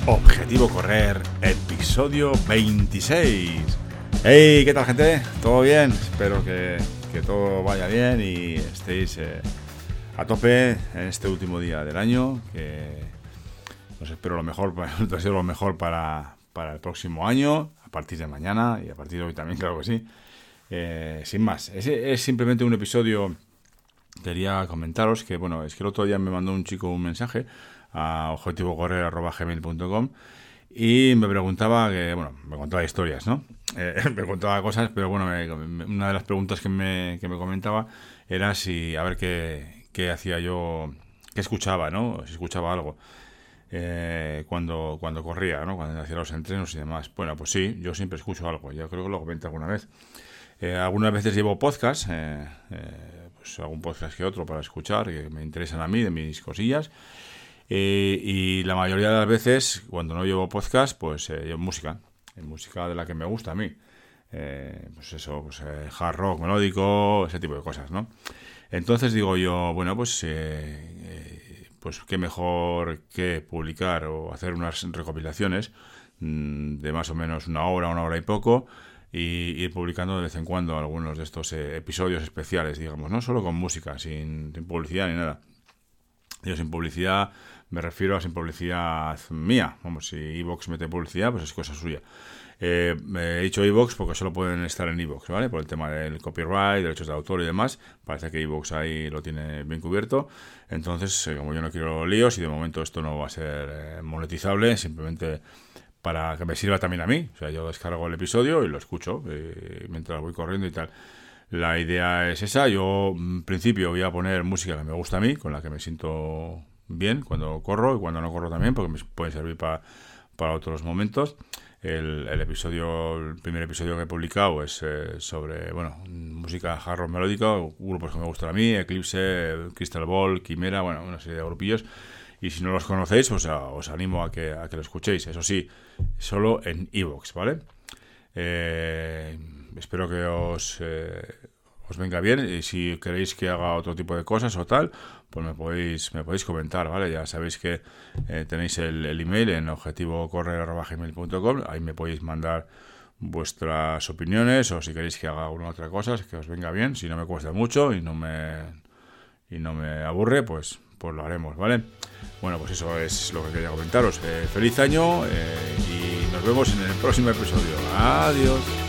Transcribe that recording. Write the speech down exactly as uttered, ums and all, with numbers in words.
Objetivo Correr, episodio veintiséis. Hey, ¿qué tal, gente? ¿Todo bien? Espero que, que todo vaya bien y estéis eh, a tope en este último día del año. Que os espero lo mejor, os deseo lo mejor para, para el próximo año, a partir de mañana y a partir de hoy también, claro que sí. Eh, sin más, es, es simplemente un episodio. Quería comentaros que, bueno, es que el otro día me mandó un chico un mensaje a objetivo correr arroba gmail punto com y me preguntaba que, bueno, me contaba historias, ¿no? Eh, me contaba cosas, pero bueno, me, me, una de las preguntas que me, que me comentaba era si, a ver qué, qué hacía yo, qué escuchaba, ¿no? Si escuchaba algo eh, cuando, cuando corría, ¿no? Cuando hacía los entrenos y demás. Bueno, pues sí, yo siempre escucho algo, yo creo que lo comenté alguna vez. Eh, algunas veces llevo podcast, eh, eh, pues algún podcast que otro para escuchar, que me interesan a mí, de mis cosillas. Eh, y la mayoría de las veces, cuando no llevo podcast, pues eh, llevo música, eh, música de la que me gusta a mí. Eh, pues eso, pues eh, hard rock melódico, ese tipo de cosas, ¿no? Entonces digo yo, bueno, pues, eh, eh, pues qué mejor que publicar o hacer unas recopilaciones mmm, de más o menos una hora, una hora y poco, y ir publicando de vez en cuando algunos de estos eh, episodios especiales, digamos, no solo con música, sin, sin publicidad ni nada. Yo sin publicidad me refiero a sin publicidad mía. Vamos, si iVoox mete publicidad, pues es cosa suya. Eh, he dicho iVoox porque solo pueden estar en iVoox, ¿vale? Por el tema del copyright, derechos de autor y demás. Parece que iVoox ahí lo tiene bien cubierto. Entonces, eh, como yo no quiero líos y de momento esto no va a ser eh, monetizable, simplemente para que me sirva también a mí. O sea, yo descargo el episodio y lo escucho eh, mientras voy corriendo y tal. La idea es esa. Yo, en principio, voy a poner música que me gusta a mí, con la que me siento bien cuando corro y cuando no corro también, porque me puede servir para, para otros momentos. El, el episodio, el primer episodio que he publicado es eh, sobre, bueno, música hard rock melódica, grupos que me gustan a mí, Eclipse, Crystal Ball, Quimera, bueno, una serie de grupillos. Y si no los conocéis, pues a, os animo a que, a que lo escuchéis. Eso sí, solo en iVoox, ¿vale? Eh, espero que os, eh, os venga bien. Y si queréis que haga otro tipo de cosas o tal, pues me podéis, me podéis comentar, ¿vale? Ya sabéis que eh, tenéis el, el email en objetivo correr arroba gmail punto com. Ahí me podéis mandar vuestras opiniones, o si queréis que haga alguna otra cosa que os venga bien. Si no me cuesta mucho y no me, y no me aburre, pues, pues lo haremos, ¿vale? Bueno, pues eso es lo que quería comentaros. Eh, feliz año eh, y nos vemos en el próximo episodio. Adiós.